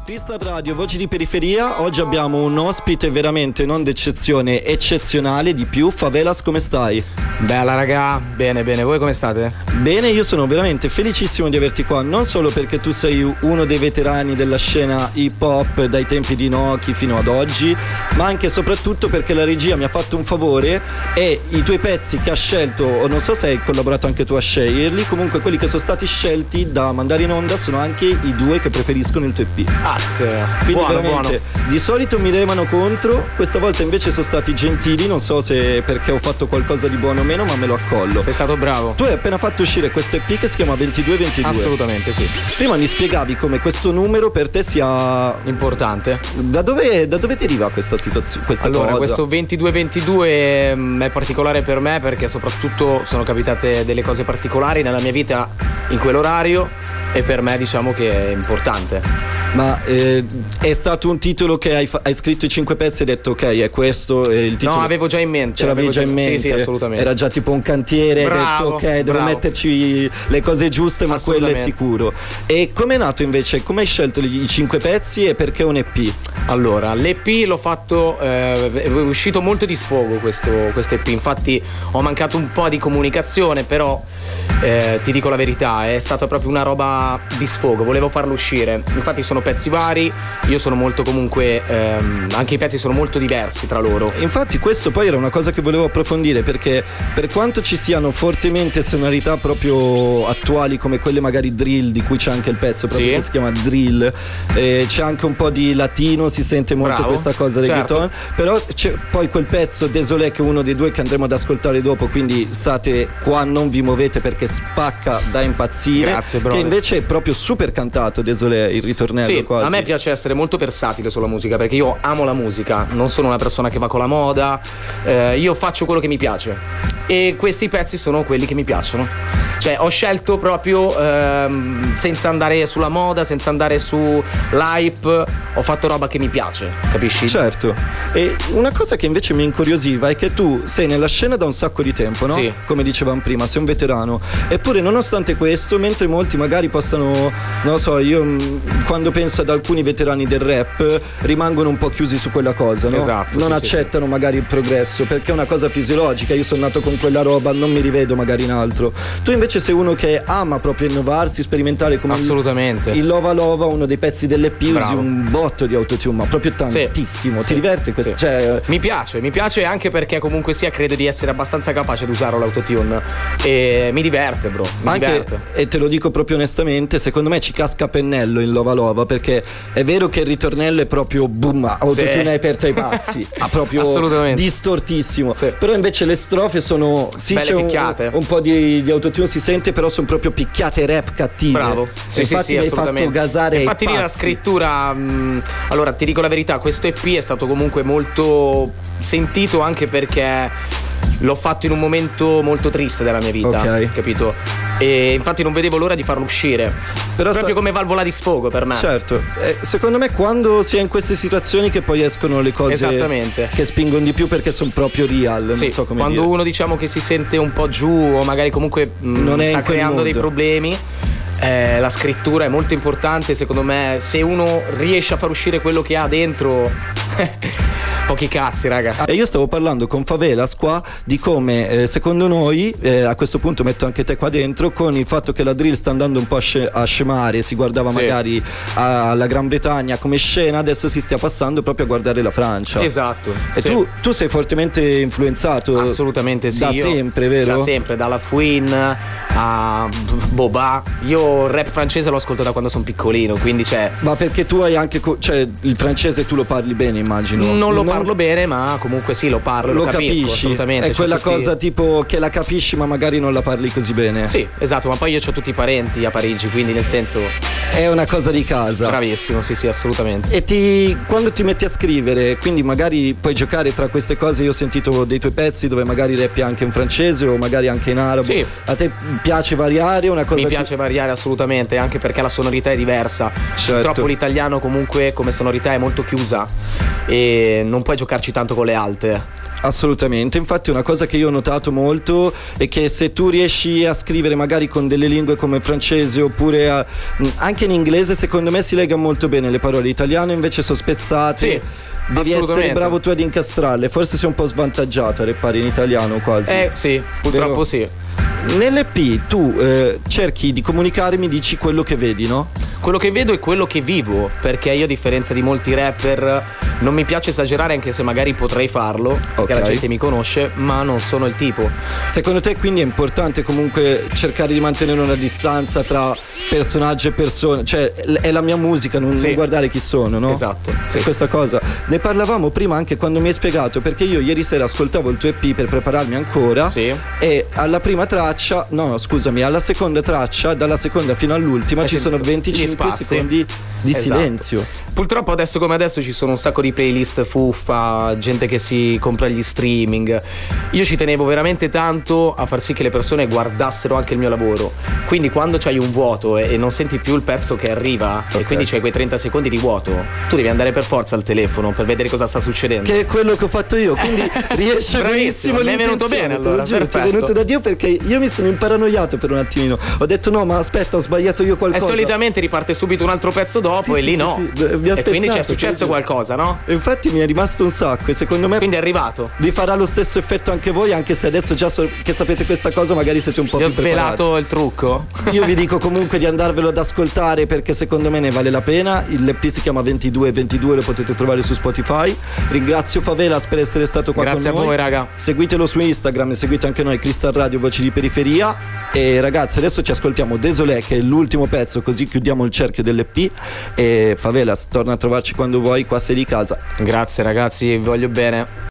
Pista Radio, Voci di Periferia. Oggi abbiamo un ospite veramente non d'eccezione, eccezionale di più. Favelas, come stai? Bella raga, bene, voi come state? Bene, io sono veramente felicissimo di averti qua, non solo perché tu sei uno dei veterani della scena hip hop dai tempi di Noki fino ad oggi, ma anche e soprattutto perché la regia mi ha fatto un favore e i tuoi pezzi che ha scelto, o non so se hai collaborato anche tu a sceglierli, comunque quelli che sono stati scelti da mandare in onda sono anche i due che preferiscono il tuo EP. Quindi buono, veramente buono. Di solito mi remano contro, questa volta invece sono stati gentili, non so se perché ho fatto qualcosa di buono o meno, ma me lo accollo. Sei stato bravo. Tu hai appena fatto uscire questo EP che si chiama 2222. Assolutamente sì. Prima mi spiegavi come questo numero per te sia importante. Da dove deriva questa situazione? Allora, questo 2222 è particolare per me perché soprattutto sono capitate delle cose particolari nella mia vita in quell'orario e per me diciamo che è importante. Ma è stato un titolo che hai scritto i 5 pezzi e hai detto ok, è questo il titolo? No, avevo già in mente. Ce l'avevi già in mente? Sì, assolutamente. Era già tipo un cantiere, bravo, hai detto ok, devo metterci le cose giuste, ma quello è sicuro. E com'è nato invece? Come hai scelto i 5 pezzi e perché un EP? Allora, l'EP l'ho fatto, è uscito molto di sfogo questo EP, infatti ho mancato un po' di comunicazione, però ti dico la verità, è stata proprio una roba di sfogo, volevo farlo uscire, infatti sono pezzi vari, io sono molto comunque, anche i pezzi sono molto diversi tra loro. Infatti questo poi era una cosa che volevo approfondire, perché per quanto ci siano fortemente sonorità proprio attuali come quelle magari drill, di cui c'è anche il pezzo proprio che si chiama Drill, c'è anche un po' di latino, si sente molto questa cosa del reggaeton, però c'è poi quel pezzo Désolé che è uno dei due che andremo ad ascoltare dopo, quindi state qua, non vi muovete perché spacca da impazzire. Grazie, bro. Che invece è proprio super cantato Désolé, il ritornello. Sì, quasi. A me piace essere molto versatile sulla musica perché io amo la musica, non sono una persona che va con la moda, io faccio quello che mi piace e questi pezzi sono quelli che mi piacciono. Cioè ho scelto proprio senza andare sulla moda, senza andare su l'hype, ho fatto roba che mi piace, capisci? Certo. E una cosa che invece mi incuriosiva è che tu sei nella scena da un sacco di tempo, no? Sì. Come dicevamo prima, sei un veterano. Eppure nonostante questo, mentre molti magari possano, non lo so, io quando penso ad alcuni veterani del rap rimangono un po' chiusi su quella cosa, no? Esatto. Non accettano magari il progresso perché è una cosa fisiologica, io sono nato con quella roba, non mi rivedo magari in altro. Tu invece sei uno che ama proprio innovarsi, sperimentare, come assolutamente. Il Lova Lova, uno dei pezzi dell'EP, usi un botto di autotune, ma proprio tantissimo. Ti diverte questo? Sì. Cioè... Mi piace anche perché comunque sia credo di essere abbastanza capace di usare l'autotune e mi diverte, bro. Diverte. E te lo dico proprio onestamente, secondo me ci casca a pennello in Lova Lova, perché è vero che il ritornello è proprio boom, autotune aperto ai pazzi, ha proprio distortissimo. Sì. Però invece le strofe sono belle picchiate. Un po' di autotune si sente, però sono proprio picchiate rap cattive. Bravo. Infatti mi hai fatto gasare. Infatti lì la scrittura, allora ti dico la verità, questo EP è stato comunque molto sentito anche perché l'ho fatto in un momento molto triste della mia vita, capito? E infatti non vedevo l'ora di farlo uscire. Però proprio come valvola di sfogo per me. Certo. Secondo me quando si è in queste situazioni che poi escono le cose che spingono di più perché sono proprio real, non so come quando dire. Uno diciamo che si sente un po' giù o magari comunque non sta creando dei problemi, la scrittura è molto importante secondo me. Se uno riesce a far uscire quello che ha dentro pochi cazzi, raga. E io stavo parlando con Favelas qua di come secondo noi, a questo punto metto anche te qua dentro, con il fatto che la drill sta andando un po' a scemare, si guardava magari alla Gran Bretagna come scena, adesso si stia passando proprio a guardare la Francia. Esatto. E tu sei fortemente influenzato? Assolutamente sì. Da sempre, vero? Da sempre, dalla Fouine a Boba. Io il rap francese lo ascolto da quando sono piccolino, quindi Ma perché tu hai anche il francese tu lo parli bene, immagino. Non lo parlo bene, ma comunque sì, lo parlo, lo capisco, capisci, assolutamente. È quella cosa tipo che la capisci ma magari non la parli così bene. Sì, esatto, ma poi io ho tutti i parenti a Parigi, quindi nel senso è una cosa di casa. Bravissimo, sì, assolutamente. E quando ti metti a scrivere, quindi magari puoi giocare tra queste cose. Io ho sentito dei tuoi pezzi dove magari rappi anche in francese o magari anche in arabo. Sì. A te piace variare? Una cosa mi piace variare assolutamente, anche perché la sonorità è diversa. Purtroppo l'italiano comunque come sonorità è molto chiusa e non puoi giocarci tanto con le alte. Assolutamente, infatti una cosa che io ho notato molto è che se tu riesci a scrivere magari con delle lingue come francese oppure anche in inglese, secondo me si lega molto bene le parole. Italiano invece sono spezzate. Sì. Devi essere bravo tu ad incastrarle. Forse sei un po' svantaggiato a rappare in italiano quasi. Sì, purtroppo però sì. Nell'EP tu cerchi di comunicarmi, dici quello che vedi, no? Quello che vedo è quello che vivo, perché io, a differenza di molti rapper, non mi piace esagerare, anche se magari potrei farlo, perché la gente mi conosce, ma non sono il tipo. Secondo te quindi è importante comunque cercare di mantenere una distanza tra personaggio e persona? Cioè è la mia musica, non guardare chi sono, no? Esatto, sì. Questa cosa ne parlavamo prima anche quando mi hai spiegato, perché io ieri sera ascoltavo il tuo EP per prepararmi ancora, sì. E alla prima traccia, alla seconda traccia, dalla seconda fino all'ultima ci sono 25 secondi di silenzio. Purtroppo adesso come adesso ci sono un sacco di playlist fuffa, gente che si compra gli streaming. Io ci tenevo veramente tanto a far sì che le persone guardassero anche il mio lavoro. Quindi quando c'hai un vuoto e non senti più il pezzo che arriva, e quindi c'hai quei 30 secondi di vuoto, tu devi andare per forza al telefono per vedere cosa sta succedendo. Che è quello che ho fatto io, quindi riesce benissimo. Mi è venuto bene allora, perfetto. È venuto da Dio, perché io mi sono imparanoiato per un attimino. Ho detto no, ma aspetta, ho sbagliato io qualcosa. E solitamente riparte subito un altro pezzo dopo, e lì no. E quindi c'è successo qualcosa, no? E infatti mi è rimasto un sacco, e secondo me quindi è arrivato. Vi farà lo stesso effetto anche voi, anche se adesso già che sapete questa cosa magari siete un po' più preparati. Vi ho svelato il trucco. Io vi dico comunque di andarvelo ad ascoltare, perché secondo me ne vale la pena. l'EP si chiama 2222, lo potete trovare su Spotify. Ringrazio Favelas per essere stato qua con noi. Grazie a voi, raga. Seguitelo su Instagram e seguite anche noi, Crystal Radio, Voci di Periferia. E ragazzi, adesso ci ascoltiamo Désolé, che è l'ultimo pezzo, così chiudiamo il cerchio dell'EP. E Favelas, torna a trovarci quando vuoi, qua sei di casa. Grazie ragazzi, vi voglio bene.